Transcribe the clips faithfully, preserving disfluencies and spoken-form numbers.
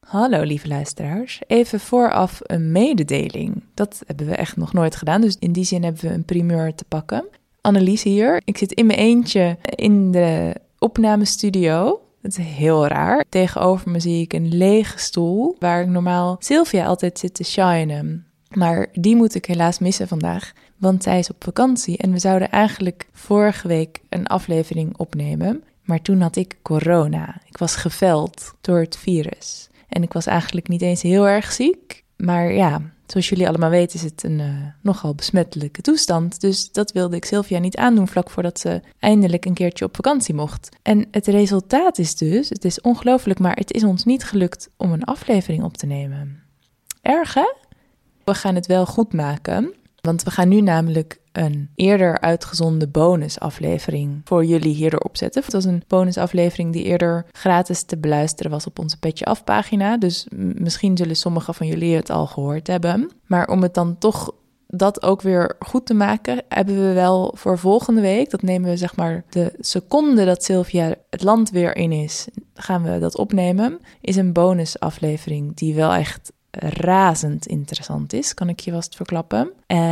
Hallo lieve luisteraars, even vooraf een mededeling. Dat hebben we echt nog nooit gedaan, dus in die zin hebben we een primeur te pakken. Annelies hier, ik zit in mijn eentje in de opnamestudio. Het is heel raar. Tegenover me zie ik een lege stoel waar ik normaal Sylvia altijd zit te shinen. Maar die moet ik helaas missen vandaag, want zij is op vakantie en we zouden eigenlijk vorige week een aflevering opnemen. Maar toen had ik corona. Ik was geveld door het virus. En ik was eigenlijk niet eens heel erg ziek. Maar ja, zoals jullie allemaal weten is het een uh, nogal besmettelijke toestand. Dus dat wilde ik Sylvia niet aandoen vlak voordat ze eindelijk een keertje op vakantie mocht. En het resultaat is dus, het is ongelooflijk, maar het is ons niet gelukt om een aflevering op te nemen. Erg hè? We gaan het wel goed maken, want we gaan nu namelijk een eerder uitgezonden bonusaflevering voor jullie hierdoor opzetten. Het was een bonusaflevering die eerder gratis te beluisteren was op onze Petje Af pagina. Dus m- misschien zullen sommigen van jullie het al gehoord hebben. Maar om het dan toch dat ook weer goed te maken, hebben we wel voor volgende week, dat nemen we zeg maar de seconde dat Sylvia het land weer in is, gaan we dat opnemen, is een bonusaflevering die wel echt razend interessant is, kan ik je vast verklappen.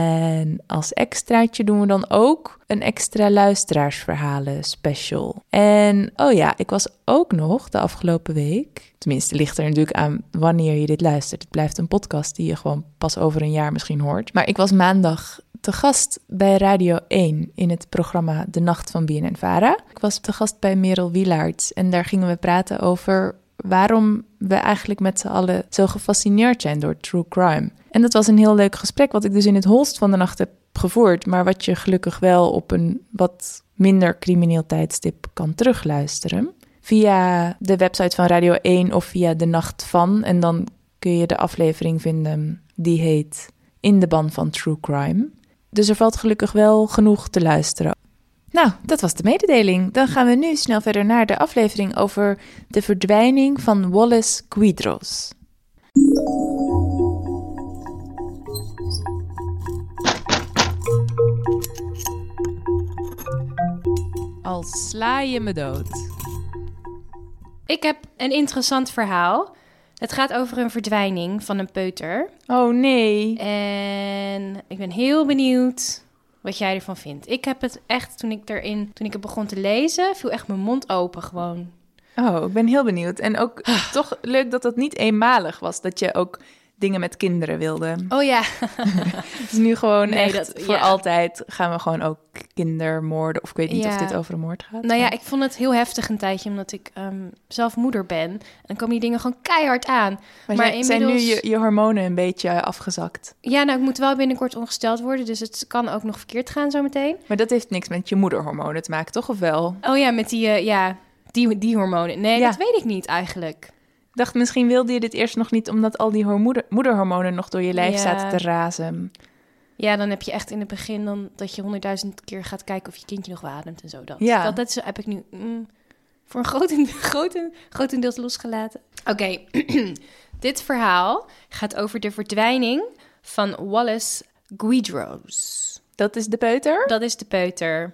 En als extraatje doen we dan ook een extra luisteraarsverhalen special. En oh ja, ik was ook nog de afgelopen week, tenminste ligt er natuurlijk aan wanneer je dit luistert. Het blijft een podcast die je gewoon pas over een jaar misschien hoort. Maar ik was maandag te gast bij Radio één in het programma De Nacht van B N N-Vara. Ik was te gast bij Merel Wielaerts en daar gingen we praten over waarom we eigenlijk met z'n allen zo gefascineerd zijn door true crime. En dat was een heel leuk gesprek, wat ik dus in het holst van de nacht heb gevoerd, maar wat je gelukkig wel op een wat minder crimineel tijdstip kan terugluisteren. Via de website van Radio één of via De Nacht van. En dan kun je de aflevering vinden die heet In de ban van True Crime. Dus er valt gelukkig wel genoeg te luisteren. Nou, dat was de mededeling. Dan gaan we nu snel verder naar de aflevering over de verdwijning van Wallace Quidros. Al sla je me dood. Ik heb een interessant verhaal. Het gaat over een verdwijning van een peuter. Oh nee. En ik ben heel benieuwd wat jij ervan vindt. Ik heb het echt, toen ik erin, toen ik het begon te lezen, viel echt mijn mond open gewoon. Oh, ik ben heel benieuwd. En ook toch leuk dat dat niet eenmalig was, dat je ook dingen met kinderen wilde. Oh ja. Het is nu gewoon nee, echt dat, voor ja. altijd gaan we gewoon ook kindermoorden. Of ik weet niet ja. of dit over een moord gaat. Nou ja, maar... ik vond het heel heftig een tijdje, omdat ik um, zelf moeder ben. En dan komen die dingen gewoon keihard aan. Maar, maar zijn, inmiddels... zijn nu je, je hormonen een beetje afgezakt? Ja, nou, ik moet wel binnenkort ongesteld worden, dus het kan ook nog verkeerd gaan zometeen. Maar dat heeft niks met je moederhormonen te maken, toch? Of wel? Oh ja, met die, uh, ja, die, die hormonen. Nee, ja. dat weet ik niet eigenlijk. Ik dacht, misschien wilde je dit eerst nog niet, omdat al die hormoeder, moederhormonen nog door je lijf ja. zaten te razen. Ja, dan heb je echt in het begin dan dat je honderdduizend keer gaat kijken of je kindje nog wel ademt en zo. Dat, Ja. dat, dat is, heb ik nu mm, voor een groten, groten, grotendeels losgelaten. Oké, okay. Dit verhaal gaat over de verdwijning van Wallace Quidros. Dat is de peuter? Dat is de peuter.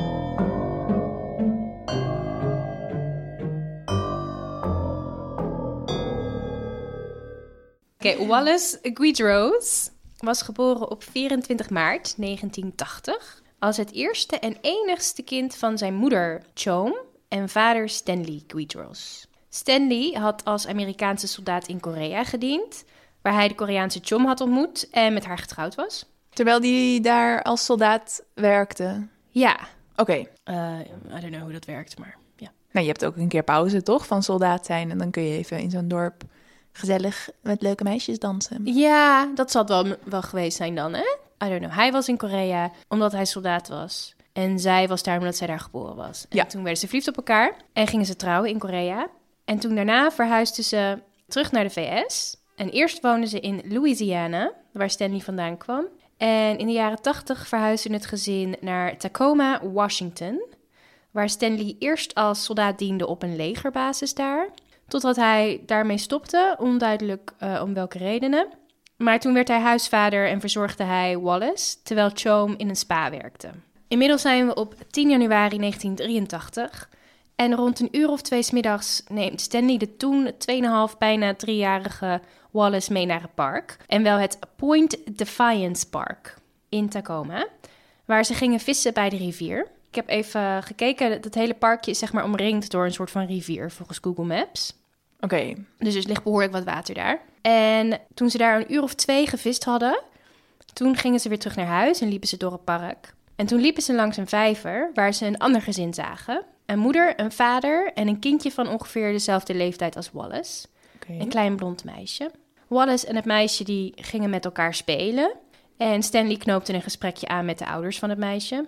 Oké, okay, Wallace Quidros was geboren op vierentwintig maart negentien tachtig... als het eerste en enigste kind van zijn moeder Chom en vader Stanley Quidros. Stanley had als Amerikaanse soldaat in Korea gediend, waar hij de Koreaanse Chom had ontmoet en met haar getrouwd was. Terwijl die daar als soldaat werkte? Ja. Oké. Okay. Uh, I don't know hoe dat werkt, maar ja. Nou, je hebt ook een keer pauze, toch? Van soldaat zijn en dan kun je even in zo'n dorp gezellig met leuke meisjes dansen. Ja, dat zal het wel, wel geweest zijn dan, hè? I don't know. Hij was in Korea omdat hij soldaat was. En zij was daar omdat zij daar geboren was. En ja. toen werden ze verliefd op elkaar en gingen ze trouwen in Korea. En toen daarna verhuisden ze terug naar de V S. En eerst woonden ze in Louisiana, waar Stanley vandaan kwam. En in de jaren tachtig verhuisde het gezin naar Tacoma, Washington, waar Stanley eerst als soldaat diende op een legerbasis daar, totdat hij daarmee stopte, onduidelijk uh, om welke redenen. Maar toen werd hij huisvader en verzorgde hij Wallace, terwijl Chom in een spa werkte. Inmiddels zijn we op tien januari negentien drieëntachtig En rond een uur of twee 's middags neemt Stanley de toen tweeënhalf, bijna driejarige Wallace mee naar het park. En wel het Point Defiance Park in Tacoma, waar ze gingen vissen bij de rivier. Ik heb even gekeken, dat hele parkje is zeg maar omringd door een soort van rivier volgens Google Maps. Oké. Okay. Dus er ligt behoorlijk wat water daar. En toen ze daar een uur of twee gevist hadden, toen gingen ze weer terug naar huis en liepen ze door het park. En toen liepen ze langs een vijver waar ze een ander gezin zagen. Een moeder, een vader en een kindje van ongeveer dezelfde leeftijd als Wallace. Okay. Een klein blond meisje. Wallace en het meisje die gingen met elkaar spelen. En Stanley knoopte een gesprekje aan met de ouders van het meisje.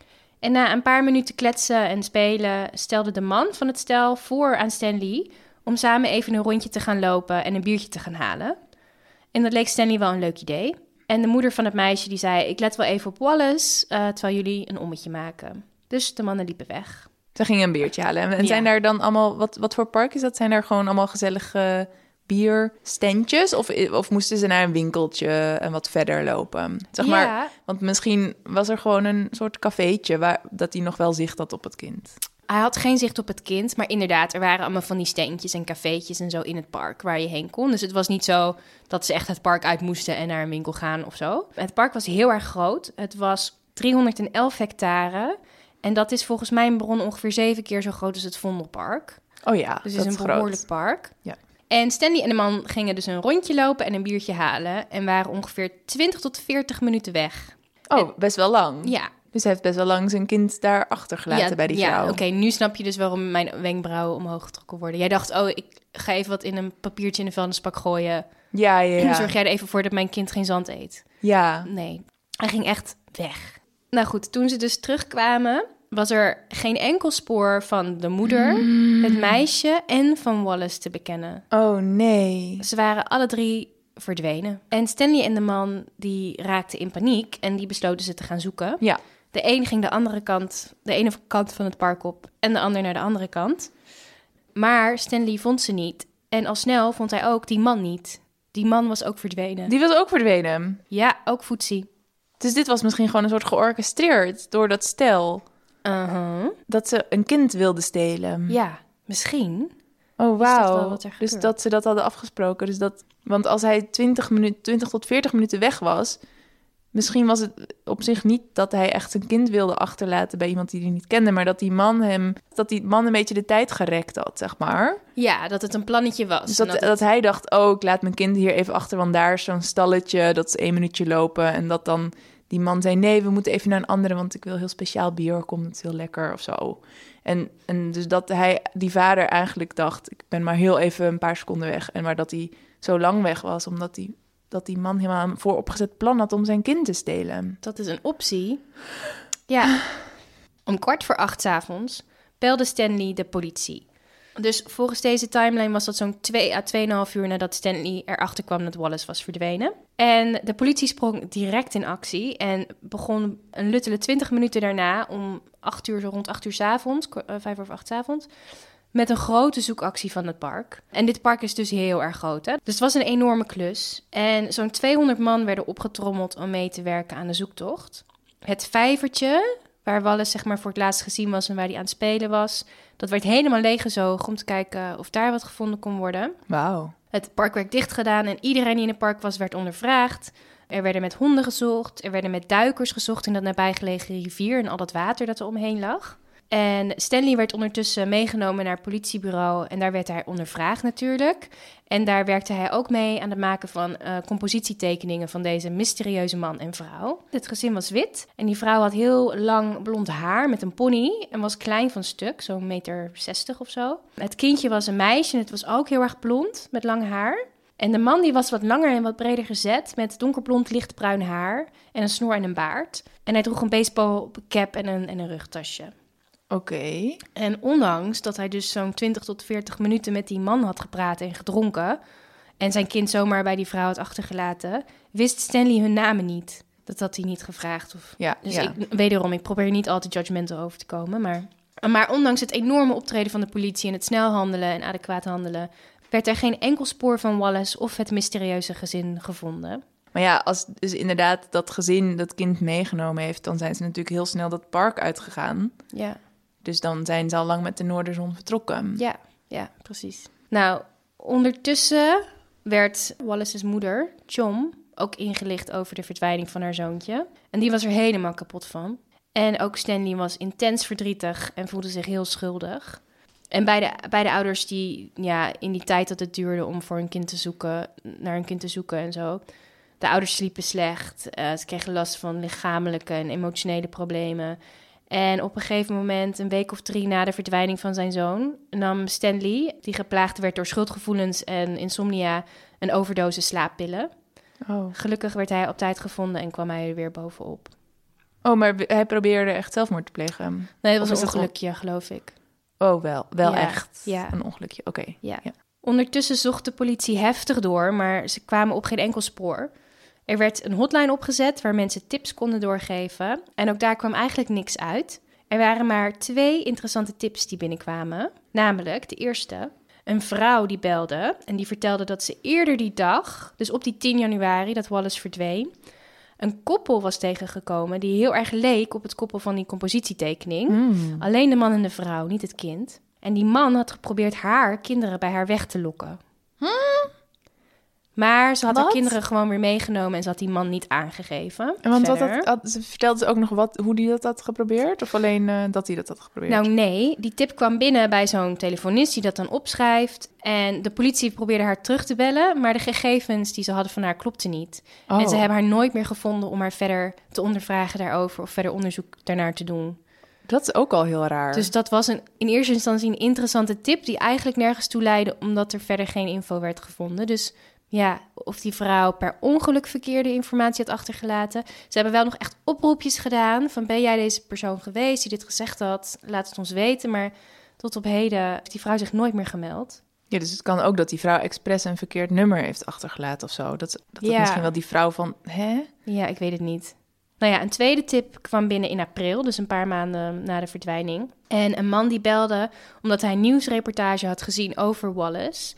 En na een paar minuten kletsen en spelen stelde de man van het stel voor aan Stanley om samen even een rondje te gaan lopen en een biertje te gaan halen. En dat leek Stanley wel een leuk idee. En de moeder van het meisje die zei, ik let wel even op Wallace, uh, terwijl jullie een ommetje maken. Dus de mannen liepen weg. Ze gingen een biertje halen. En ja. Zijn daar dan allemaal, wat, wat voor park is dat? Zijn daar gewoon allemaal gezellige bierstandjes? Of, of moesten ze naar een winkeltje en wat verder lopen? Zeg maar, ja. Want misschien was er gewoon een soort cafeetje waar dat hij nog wel zicht had op het kind. Hij had geen zicht op het kind, maar inderdaad, er waren allemaal van die steentjes en cafeetjes en zo in het park waar je heen kon. Dus het was niet zo dat ze echt het park uit moesten en naar een winkel gaan of zo. Het park was heel erg groot. Het was driehonderdelf hectare en dat is volgens mijn bron ongeveer zeven keer zo groot als het Vondelpark. Oh ja, dus het is een behoorlijk groot. park. Ja. En Stanley en de man gingen dus een rondje lopen en een biertje halen en waren ongeveer twintig tot veertig minuten weg. Oh, en, best wel lang. Ja. Dus hij heeft best wel lang zijn kind daar achtergelaten ja, bij die ja, vrouw. Ja, oké, okay, nu snap je dus waarom mijn wenkbrauwen omhoog getrokken worden. Jij dacht, oh, ik ga even wat in een papiertje in de vuilnisbak gooien. Ja, ja, ja. En zorg jij er even voor dat mijn kind geen zand eet. Ja. Nee, hij ging echt weg. Nou goed, toen ze dus terugkwamen, was er geen enkel spoor van de moeder, mm. het meisje en van Wallace te bekennen. Oh nee. Ze waren alle drie verdwenen. En Stanley en de man, die raakten in paniek en die besloten ze te gaan zoeken. Ja. De een ging de andere kant, de ene kant van het park op en de ander naar de andere kant. Maar Stanley vond ze niet. En al snel vond hij ook die man niet. Die man was ook verdwenen. Die was ook verdwenen? Ja, ook Footsie. Dus dit was misschien gewoon een soort georchestreerd door dat stel. Uh-huh. Dat ze een kind wilden stelen. Ja, misschien. Oh, wauw. Dus dat ze dat hadden afgesproken. Dus dat, want als hij twintig, minuten, twintig tot veertig minuten weg was, misschien was het op zich niet dat hij echt zijn kind wilde achterlaten bij iemand die hij niet kende, maar dat die man hem, dat die man een beetje de tijd gerekt had, zeg maar. Ja, dat het een plannetje was. Dus dat, dat, dat het... hij dacht, oh, ik laat mijn kind hier even achter, want daar is zo'n stalletje, dat is één minuutje lopen. En dat dan die man zei, nee, we moeten even naar een andere, want ik wil heel speciaal bier, komt het heel lekker of zo. En, en dus dat hij, die vader eigenlijk dacht, ik ben maar heel even een paar seconden weg. En maar dat hij zo lang weg was, omdat hij, dat die man helemaal een vooropgezet plan had om zijn kind te stelen. Dat is een optie. Ja. Om kwart voor acht 's avonds belde Stanley de politie. Dus volgens deze timeline was dat zo'n twee à tweeënhalf uur nadat Stanley erachter kwam dat Wallace was verdwenen. En de politie sprong direct in actie en begon een luttele twintig minuten daarna om acht uur, zo rond acht uur 's avonds, vijf over acht 's avonds, met een grote zoekactie van het park. En dit park is dus heel erg groot, hè? Dus het was een enorme klus. En zo'n tweehonderd man werden opgetrommeld om mee te werken aan de zoektocht. Het vijvertje, waar Wallace zeg maar voor het laatst gezien was en waar hij aan het spelen was, dat werd helemaal leeggezogen om te kijken of daar wat gevonden kon worden. Wauw. Het park werd dicht gedaan en iedereen die in het park was, werd ondervraagd. Er werden met honden gezocht, er werden met duikers gezocht in dat nabijgelegen rivier en al dat water dat er omheen lag. En Stanley werd ondertussen meegenomen naar het politiebureau en daar werd hij ondervraagd natuurlijk. En daar werkte hij ook mee aan het maken van uh, compositietekeningen van deze mysterieuze man en vrouw. Het gezin was wit en die vrouw had heel lang blond haar met een pony en was klein van stuk, zo'n meter zestig of zo. Het kindje was een meisje en het was ook heel erg blond met lang haar. En de man die was wat langer en wat breder gezet met donkerblond lichtbruin haar en een snor en een baard. En hij droeg een baseballcap en een, en een rugtasje. Oké. Okay. En ondanks dat hij dus zo'n twintig tot veertig minuten met die man had gepraat en gedronken en zijn kind zomaar bij die vrouw had achtergelaten, wist Stanley hun namen niet. Dat had hij niet gevraagd. Of... Ja, dus ja. ik, wederom, ik probeer niet al te judgmental over te komen. Maar... maar ondanks het enorme optreden van de politie en het snel handelen en adequaat handelen, werd er geen enkel spoor van Wallace of het mysterieuze gezin gevonden. Maar ja, als dus inderdaad dat gezin dat kind meegenomen heeft, dan zijn ze natuurlijk heel snel dat park uitgegaan. Ja. Dus dan zijn ze al lang met de noorderzon vertrokken. Ja, ja, precies. Nou, ondertussen werd Wallace's moeder, Chom, ook ingelicht over de verdwijning van haar zoontje. En die was er helemaal kapot van. En ook Stanley was intens verdrietig en voelde zich heel schuldig. En beide, beide ouders die, ja, in die tijd dat het duurde om voor hun kind te zoeken, naar een kind te zoeken en zo. De ouders sliepen slecht. Uh, ze kregen last van lichamelijke en emotionele problemen. En op een gegeven moment, een week of drie na de verdwijning van zijn zoon, nam Stanley, die geplaagd werd door schuldgevoelens en insomnia, een overdosis slaappillen. Oh. Gelukkig werd hij op tijd gevonden en kwam hij er weer bovenop. Oh, maar hij probeerde echt zelfmoord te plegen? Nee, dat Of was is een dat ongelukje, geloof ik. Oh, wel. Wel Ja, echt ja. een ongelukje. Oké. Okay. Ja. Ja. Ondertussen zocht de politie heftig door, maar ze kwamen op geen enkel spoor. Er werd een hotline opgezet waar mensen tips konden doorgeven. En ook daar kwam eigenlijk niks uit. Er waren maar twee interessante tips die binnenkwamen. Namelijk, de eerste, een vrouw die belde en die vertelde dat ze eerder die dag, dus op die tien januari dat Wallace verdween, een koppel was tegengekomen die heel erg leek op het koppel van die compositietekening. Mm. Alleen de man en de vrouw, niet het kind. En die man had geprobeerd haar kinderen bij haar weg te lokken. Hm? Maar ze had Wat? haar kinderen gewoon weer meegenomen en ze had die man niet aangegeven. En want wat Verder. had, had, ze vertelde ze ook nog wat, hoe die dat had geprobeerd? Of alleen uh, dat hij dat had geprobeerd? Nou nee, die tip kwam binnen bij zo'n telefonist die dat dan opschrijft. En de politie probeerde haar terug te bellen, maar de gegevens die ze hadden van haar klopten niet. Oh. En ze hebben haar nooit meer gevonden om haar verder te ondervragen daarover of verder onderzoek daarnaar te doen. Dat is ook al heel raar. Dus dat was een, in eerste instantie een interessante tip die eigenlijk nergens toe leidde, omdat er verder geen info werd gevonden. Dus ja, of die vrouw per ongeluk verkeerde informatie had achtergelaten. Ze hebben wel nog echt oproepjes gedaan van ben jij deze persoon geweest die dit gezegd had? Laat het ons weten, maar tot op heden heeft die vrouw zich nooit meer gemeld. Ja, dus het kan ook dat die vrouw expres een verkeerd nummer heeft achtergelaten of zo. Dat, dat het Ja. misschien wel die vrouw van, hè? Ja, ik weet het niet. Nou ja, een tweede tip kwam binnen in april, dus een paar maanden na de verdwijning. En een man die belde omdat hij een nieuwsreportage had gezien over Wallace.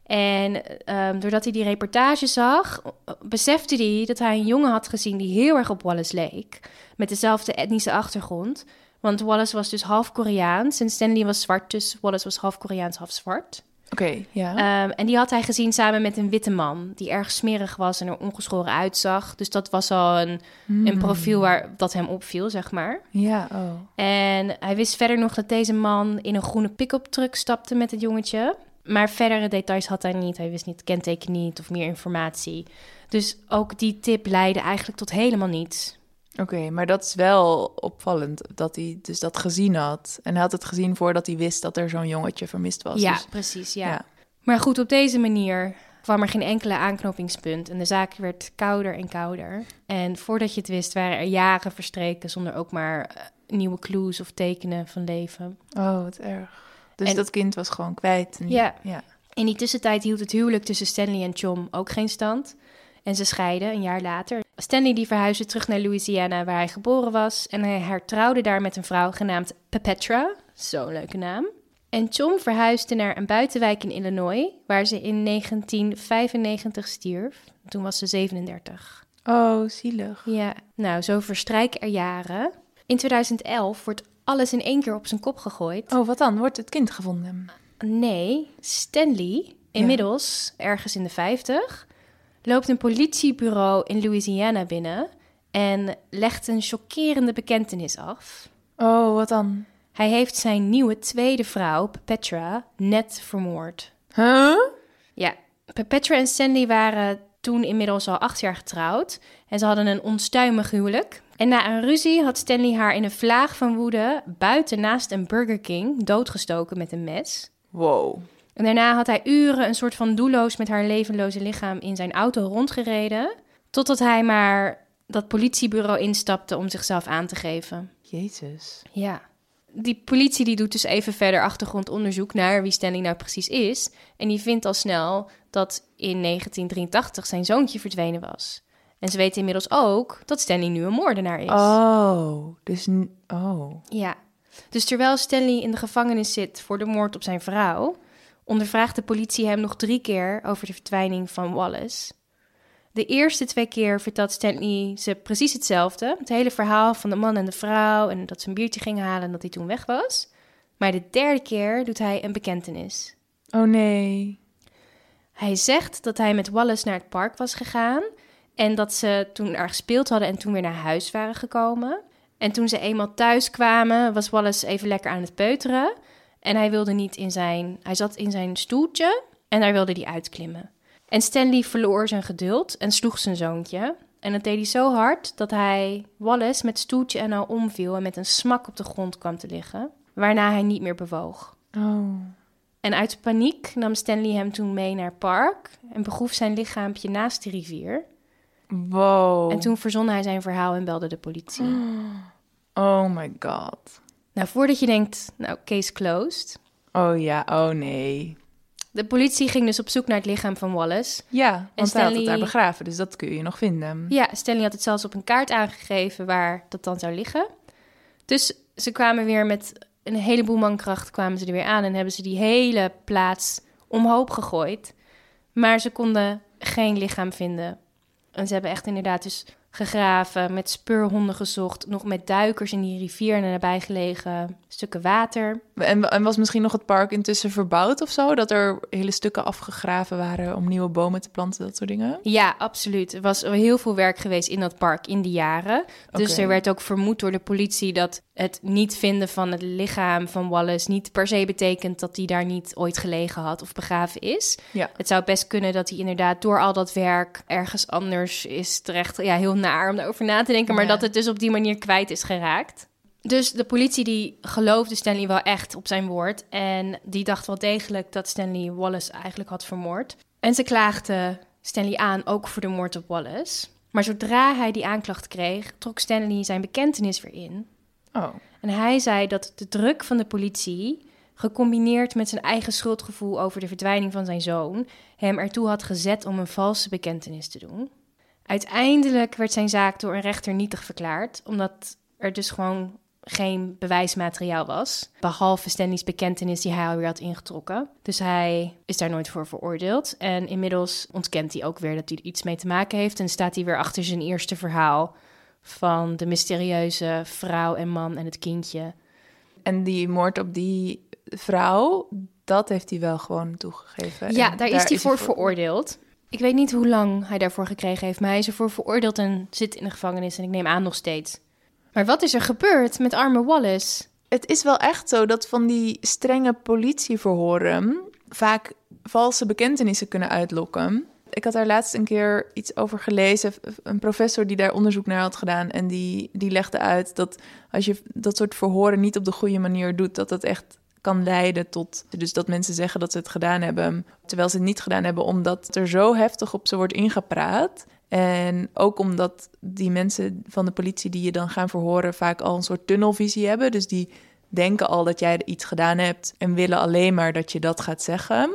En um, doordat hij die reportage zag, besefte hij dat hij een jongen had gezien die heel erg op Wallace leek. Met dezelfde etnische achtergrond. Want Wallace was dus half Koreaans en Stanley was zwart, dus Wallace was half Koreaans, half zwart. Oké, okay, ja. Um, en die had hij gezien samen met een witte man die erg smerig was en er ongeschoren uitzag. Dus dat was al een, Hmm. een profiel waar dat hem opviel, zeg maar. Ja, oh. En hij wist verder nog dat deze man in een groene pick-up truck stapte met het jongetje. Maar verdere details had hij niet. Hij wist niet, kenteken niet of meer informatie. Dus ook die tip leidde eigenlijk tot helemaal niets. Oké, okay, maar dat is wel opvallend dat hij dus dat gezien had. En hij had het gezien voordat hij wist dat er zo'n jongetje vermist was. Ja, dus, precies, ja. ja. Maar goed, op deze manier kwam er geen enkele aanknopingspunt. En de zaak werd kouder en kouder. En voordat je het wist, waren er jaren verstreken zonder ook maar uh, nieuwe clues of tekenen van leven. Oh, wat erg. Dus En, dat kind was gewoon kwijt. En, ja. ja. In die tussentijd hield het huwelijk tussen Stanley en Chom ook geen stand. En ze scheiden een jaar later. Stanley die verhuisde terug naar Louisiana, waar hij geboren was. En hij hertrouwde daar met een vrouw genaamd Perpetua. Zo'n leuke naam. En Chom verhuisde naar een buitenwijk in Illinois, waar ze in negentien vijfennegentig stierf. Toen was ze zevenendertig. Oh, zielig. Ja, nou, zo verstrijken er jaren. In tweeduizend elf wordt alles in één keer op zijn kop gegooid. Oh, wat dan? Wordt het kind gevonden? Nee, Stanley, inmiddels ja. ergens in de vijftig, loopt een politiebureau in Louisiana binnen en legt een chockerende bekentenis af. Oh, wat dan? Hij heeft zijn nieuwe tweede vrouw, Perpetua, net vermoord. Huh? Ja, Perpetua en Stanley waren toen inmiddels al acht jaar getrouwd en ze hadden een onstuimig huwelijk. En na een ruzie had Stanley haar in een vlaag van woede buiten naast een Burger King doodgestoken met een mes. Wow. En daarna had hij uren een soort van doelloos met haar levenloze lichaam in zijn auto rondgereden, totdat hij maar dat politiebureau instapte om zichzelf aan te geven. Jezus. Ja. Die politie die doet dus even verder achtergrondonderzoek naar wie Stanley nou precies is. En die vindt al snel dat in negentien drieëntachtig zijn zoontje verdwenen was. En ze weten inmiddels ook dat Stanley nu een moordenaar is. Oh, dus... Oh. Ja. Dus terwijl Stanley in de gevangenis zit voor de moord op zijn vrouw, ondervraagt de politie hem nog drie keer over de verdwijning van Wallace. De eerste twee keer vertelt Stanley ze precies hetzelfde. Het hele verhaal van de man en de vrouw en dat ze een biertje gingen halen en dat hij toen weg was. Maar de derde keer doet hij een bekentenis. Oh nee. Hij zegt dat hij met Wallace naar het park was gegaan en dat ze toen daar gespeeld hadden en toen weer naar huis waren gekomen. En toen ze eenmaal thuis kwamen, was Wallace even lekker aan het peuteren. En hij wilde niet in zijn... Hij zat in zijn stoeltje en daar wilde hij uitklimmen. En Stanley verloor zijn geduld en sloeg zijn zoontje. En dat deed hij zo hard dat hij Wallace met stoeltje en al omviel en met een smak op de grond kwam te liggen. Waarna hij niet meer bewoog. Oh. En uit paniek nam Stanley hem toen mee naar het park en begroef zijn lichaampje naast de rivier. Wow. En toen verzon hij zijn verhaal en belde de politie. Oh my god. Nou, voordat je denkt, nou, case closed. Oh ja, oh nee. De politie ging dus op zoek naar het lichaam van Wallace. Ja, want en hij had Stanley... het daar begraven, dus dat kun je nog vinden. Ja, Stanley had het zelfs op een kaart aangegeven waar dat dan zou liggen. Dus ze kwamen weer met een heleboel mankracht kwamen ze er weer aan en hebben ze die hele plaats omhoog gegooid. Maar ze konden geen lichaam vinden. En ze hebben echt inderdaad dus gegraven, met speurhonden gezocht, nog met duikers in die rivier en nabij gelegen stukken water. En, en was misschien nog het park intussen verbouwd of zo? Dat er hele stukken afgegraven waren om nieuwe bomen te planten, dat soort dingen? Ja, absoluut. Er was heel veel werk geweest in dat park in die jaren. Dus Okay. er werd ook vermoed door de politie dat het niet vinden van het lichaam van Wallace niet per se betekent dat hij daar niet ooit gelegen had of begraven is. Ja. Het zou best kunnen dat hij inderdaad door al dat werk ergens anders is terecht. Ja, heel naar om daarover na te denken, maar Ja. dat het dus op die manier kwijt is geraakt. Dus de politie die geloofde Stanley wel echt op zijn woord en die dacht wel degelijk dat Stanley Wallace eigenlijk had vermoord. En ze klaagden Stanley aan ook voor de moord op Wallace. Maar zodra hij die aanklacht kreeg, trok Stanley zijn bekentenis weer in. Oh. En hij zei dat de druk van de politie, gecombineerd met zijn eigen schuldgevoel over de verdwijning van zijn zoon, hem ertoe had gezet om een valse bekentenis te doen. Uiteindelijk werd zijn zaak door een rechter nietig verklaard, omdat er dus gewoon geen bewijsmateriaal was, behalve Stanley's bekentenis die hij alweer had ingetrokken. Dus hij is daar nooit voor veroordeeld. En inmiddels ontkent hij ook weer dat hij er iets mee te maken heeft en staat hij weer achter zijn eerste verhaal van de mysterieuze vrouw en man en het kindje. En die moord op die vrouw, dat heeft hij wel gewoon toegegeven. Ja, En daar is hij voor veroordeeld. Ik weet niet hoe lang hij daarvoor gekregen heeft, maar hij is ervoor veroordeeld en zit in de gevangenis en ik neem aan nog steeds. Maar wat is er gebeurd met arme Wallace? Het is wel echt zo dat van die strenge politieverhoren vaak valse bekentenissen kunnen uitlokken. Ik had daar laatst een keer iets over gelezen. Een professor die daar onderzoek naar had gedaan. En die, die legde uit dat als je dat soort verhoren niet op de goede manier doet, dat dat echt kan leiden tot... Dus dat mensen zeggen dat ze het gedaan hebben, terwijl ze het niet gedaan hebben, omdat er zo heftig op ze wordt ingepraat. En ook omdat die mensen van de politie die je dan gaan verhoren vaak al een soort tunnelvisie hebben. Dus die denken al dat jij iets gedaan hebt en willen alleen maar dat je dat gaat zeggen.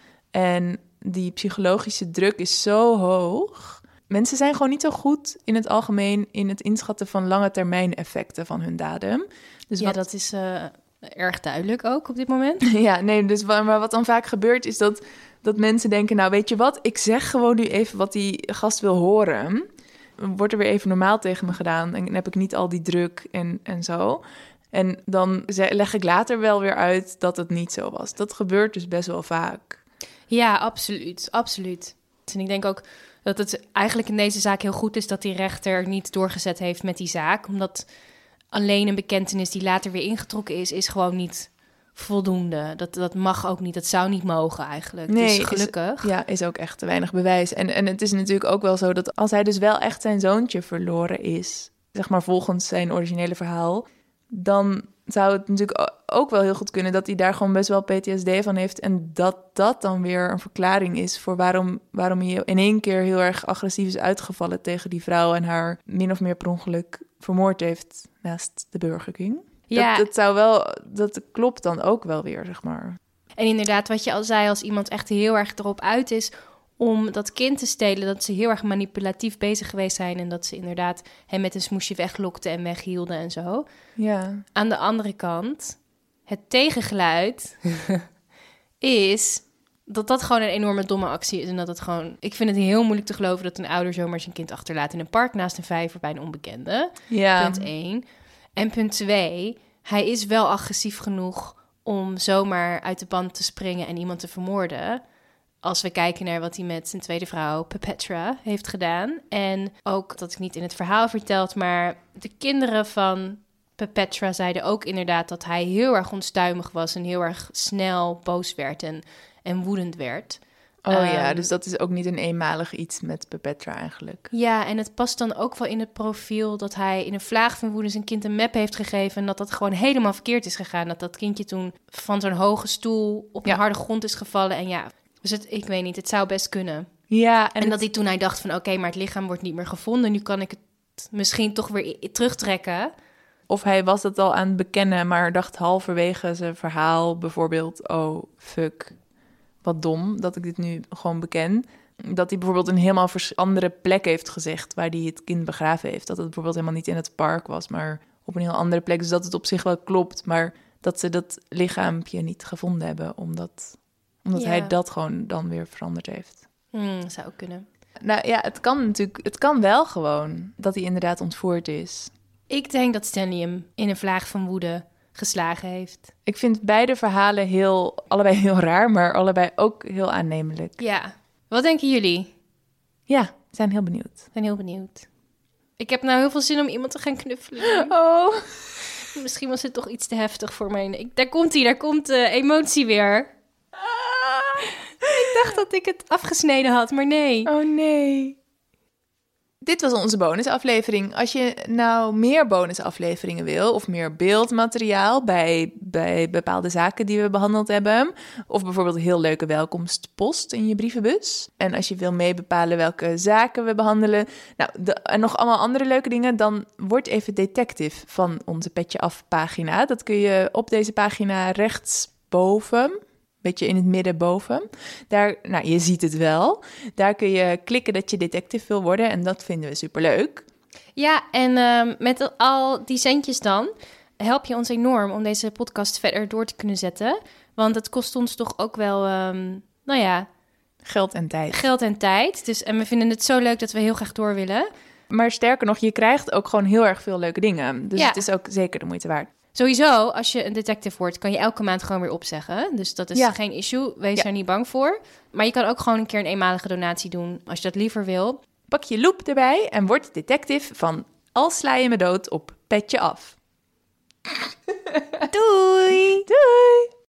En die psychologische druk is zo hoog. Mensen zijn gewoon niet zo goed in het algemeen in het inschatten van lange termijn effecten van hun daden. Dus Ja, wat... dat is uh, erg duidelijk ook op dit moment. Ja, nee, dus wa- maar wat dan vaak gebeurt is dat, dat mensen denken, nou weet je wat, ik zeg gewoon nu even wat die gast wil horen. Wordt er weer even normaal tegen me gedaan en dan heb ik niet al die druk en, en zo. En dan ze- leg ik later wel weer uit dat het niet zo was. Dat gebeurt dus best wel vaak. Ja, absoluut, absoluut. En ik denk ook dat het eigenlijk in deze zaak heel goed is dat die rechter niet doorgezet heeft met die zaak. Omdat alleen een bekentenis die later weer ingetrokken is, is gewoon niet voldoende. Dat, dat mag ook niet, dat zou niet mogen eigenlijk. Nee, dus gelukkig. Is, ja, is ook echt te weinig bewijs. En, en het is natuurlijk ook wel zo dat als hij dus wel echt zijn zoontje verloren is, zeg maar volgens zijn originele verhaal, dan zou het natuurlijk ook wel heel goed kunnen dat hij daar gewoon best wel P T S D van heeft. En dat dat dan weer een verklaring is voor waarom, waarom hij in één keer heel erg agressief is uitgevallen tegen die vrouw en haar min of meer per ongeluk vermoord heeft naast de Burger King. Ja. Dat, dat zou wel, dat klopt dan ook wel weer, zeg maar. En inderdaad, wat je al zei, als iemand echt heel erg erop uit is om dat kind te stelen, dat ze heel erg manipulatief bezig geweest zijn en dat ze inderdaad hem met een smoesje weglokten en weghielden en zo. Ja. Aan de andere kant, het tegengeluid is dat dat gewoon een enorme domme actie is en dat het gewoon... Ik vind het heel moeilijk te geloven dat een ouder zomaar zijn kind achterlaat in een park naast een vijver bij een onbekende. Ja. Punt één. En punt twee, hij is wel agressief genoeg om zomaar uit de band te springen en iemand te vermoorden. Als we kijken naar wat hij met zijn tweede vrouw, Perpetua, heeft gedaan. En ook, dat ik niet in het verhaal verteld, maar de kinderen van Perpetua zeiden ook inderdaad dat hij heel erg onstuimig was en heel erg snel boos werd en, en woedend werd. Oh um, ja, Um, dus dat is ook niet een eenmalig iets met Perpetua eigenlijk. Ja, en het past dan ook wel in het profiel dat hij in een vlaag van woede zijn kind een map heeft gegeven en dat dat gewoon helemaal verkeerd is gegaan. Dat dat kindje toen van zo'n hoge stoel op Ja. een harde grond is gevallen en ja, dus het, ik weet niet, het zou best kunnen. Ja, en, En, het- dat hij toen hij dacht van oké, okay, maar het lichaam wordt niet meer gevonden, nu kan ik het misschien toch weer i- terugtrekken. Of hij was het al aan het bekennen, maar dacht halverwege zijn verhaal bijvoorbeeld... oh, fuck, wat dom dat ik dit nu gewoon beken. Dat hij bijvoorbeeld een helemaal vers- andere plek heeft gezegd... waar hij het kind begraven heeft. Dat het bijvoorbeeld helemaal niet in het park was, maar op een heel andere plek. Dus dat het op zich wel klopt, maar dat ze dat lichaampje niet gevonden hebben... omdat, omdat Ja. hij dat gewoon dan weer veranderd heeft. Hmm, zou ook kunnen. Nou ja, het kan natuurlijk, het kan wel gewoon dat hij inderdaad ontvoerd is... Ik denk dat Stanley hem in een vlaag van woede geslagen heeft. Ik vind beide verhalen heel, allebei heel raar, maar allebei ook heel aannemelijk. Ja. Wat denken jullie? Ja, we zijn heel benieuwd. Ik ben heel benieuwd. Ik heb nou heel veel zin om iemand te gaan knuffelen. Oh. Misschien was het toch iets te heftig voor mij. Ik, daar komt hij, daar komt de emotie weer. Ik dacht dat ik het afgesneden had, maar nee. Oh nee. Dit was onze bonusaflevering. Als je nou meer bonusafleveringen wil of meer beeldmateriaal bij, bij bepaalde zaken die we behandeld hebben, of bijvoorbeeld een heel leuke welkomstpost in je brievenbus. En als je wil meebepalen welke zaken we behandelen, nou, de, en nog allemaal andere leuke dingen, dan word even detective van onze Petje Af pagina. Dat kun je op deze pagina rechtsboven, beetje in het midden boven. Daar, nou, je ziet het wel. Daar kun je klikken dat je detective wil worden en dat vinden we superleuk. Ja, en uh, met al die centjes dan help je ons enorm om deze podcast verder door te kunnen zetten. Want het kost ons toch ook wel, um, nou ja... Geld en tijd. Geld en tijd. Dus, en we vinden het zo leuk dat we heel graag door willen. Maar sterker nog, je krijgt ook gewoon heel erg veel leuke dingen. Dus ja. het is ook zeker de moeite waard. Sowieso, als je een detective wordt, kan je elke maand gewoon weer opzeggen. Dus dat is ja. geen issue. Wees ja. er niet bang voor. Maar je kan ook gewoon een keer een eenmalige donatie doen, als je dat liever wil. Pak je loop erbij en word detective van Als sla je me dood op Petje Af. Doei! Doei!